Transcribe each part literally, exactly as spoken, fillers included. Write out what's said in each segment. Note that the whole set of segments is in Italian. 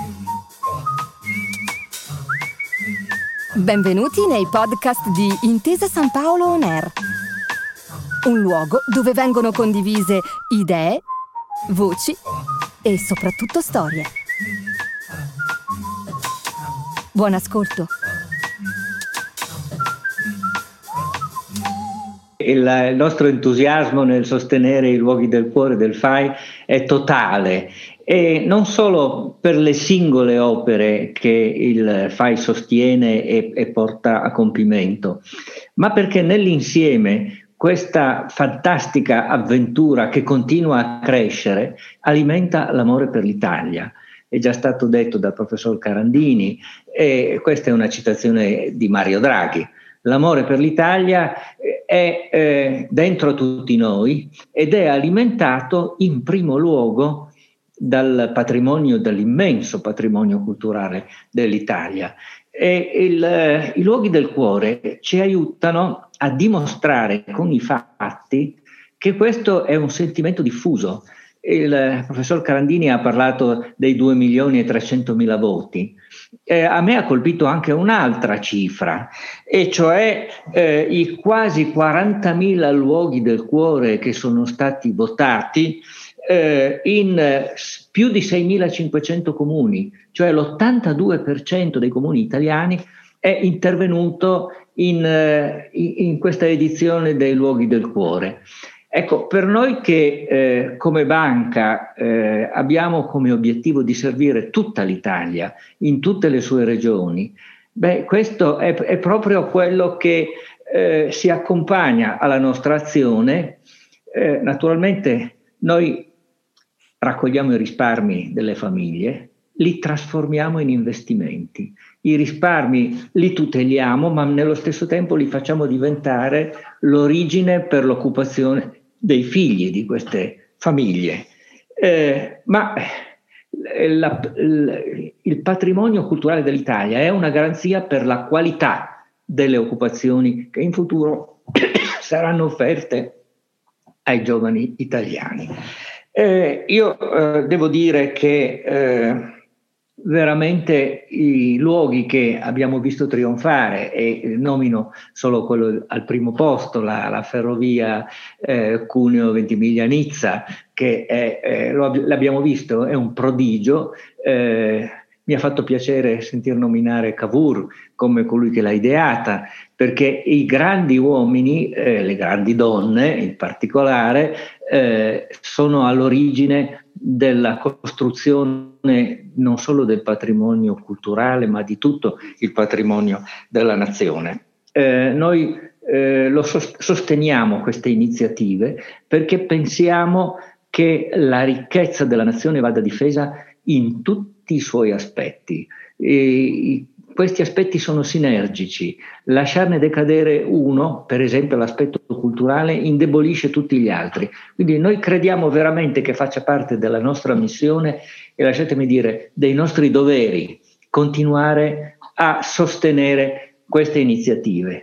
Benvenuti nei podcast di Intesa San Paolo On Air, un luogo dove vengono condivise idee, voci e soprattutto storie. Buon ascolto. Il nostro entusiasmo nel sostenere i luoghi del cuore del F A I è totale, e non solo per le singole opere che il F A I sostiene e, e porta a compimento, ma perché nell'insieme questa fantastica avventura che continua a crescere alimenta l'amore per l'Italia. È già stato detto dal professor Carandini, e questa è una citazione di Mario Draghi. L'amore per l'Italia è eh, dentro tutti noi ed è alimentato in primo luogo dal patrimonio, dall'immenso patrimonio culturale dell'Italia. E il, eh, i luoghi del cuore ci aiutano a dimostrare con i fatti che questo è un sentimento diffuso. Il professor Carandini ha parlato dei due milioni e trecentomila voti. Eh, a me ha colpito anche un'altra cifra, e cioè eh, i quasi quarantamila luoghi del cuore che sono stati votati eh, in eh, più di seimilacinquecento comuni, cioè l'ottantadue per cento dei comuni italiani è intervenuto in, eh, in questa edizione dei luoghi del cuore. Ecco, per noi che eh, come banca eh, abbiamo come obiettivo di servire tutta l'Italia in tutte le sue regioni, beh, questo è, è proprio quello che eh, si accompagna alla nostra azione. Eh, naturalmente noi raccogliamo i risparmi delle famiglie, li trasformiamo in investimenti. I risparmi li tuteliamo, ma nello stesso tempo li facciamo diventare l'origine per l'occupazione dei figli di queste famiglie. Eh, ma la, la, il patrimonio culturale dell'Italia è una garanzia per la qualità delle occupazioni che in futuro saranno offerte ai giovani italiani. Eh, io eh, devo dire che eh, veramente i luoghi che abbiamo visto trionfare, e nomino solo quello al primo posto, la, la ferrovia eh, Cuneo-Ventimiglia-Nizza, che è, eh, lo, l'abbiamo visto, è un prodigio. Eh, mi ha fatto piacere sentir nominare Cavour come colui che l'ha ideata, perché i grandi uomini, eh, le grandi donne in particolare, eh, sono all'origine della costruzione non solo del patrimonio culturale, ma di tutto il patrimonio della nazione. Eh, noi eh, lo sosteniamo queste iniziative perché pensiamo che la ricchezza della nazione vada difesa in tutti i suoi aspetti. E questi aspetti sono sinergici. Lasciarne decadere uno, per esempio l'aspetto culturale, indebolisce tutti gli altri. Quindi noi crediamo veramente che faccia parte della nostra missione e, lasciatemi dire, dei nostri doveri continuare a sostenere queste iniziative.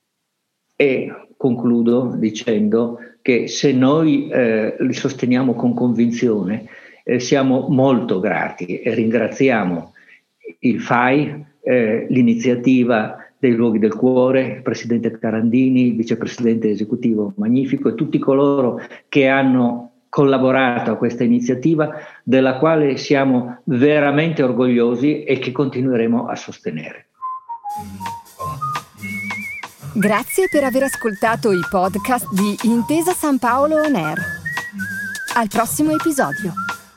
E concludo dicendo che se noi eh, li sosteniamo con convinzione, eh, siamo molto grati e ringraziamo il F A I, eh, l'iniziativa dei luoghi del cuore, il presidente Carandini, il vicepresidente esecutivo Magnifico e tutti coloro che hanno collaborato a questa iniziativa, della quale siamo veramente orgogliosi e che continueremo a sostenere. Grazie per aver ascoltato i podcast di Intesa San Paolo On Air. Al prossimo episodio.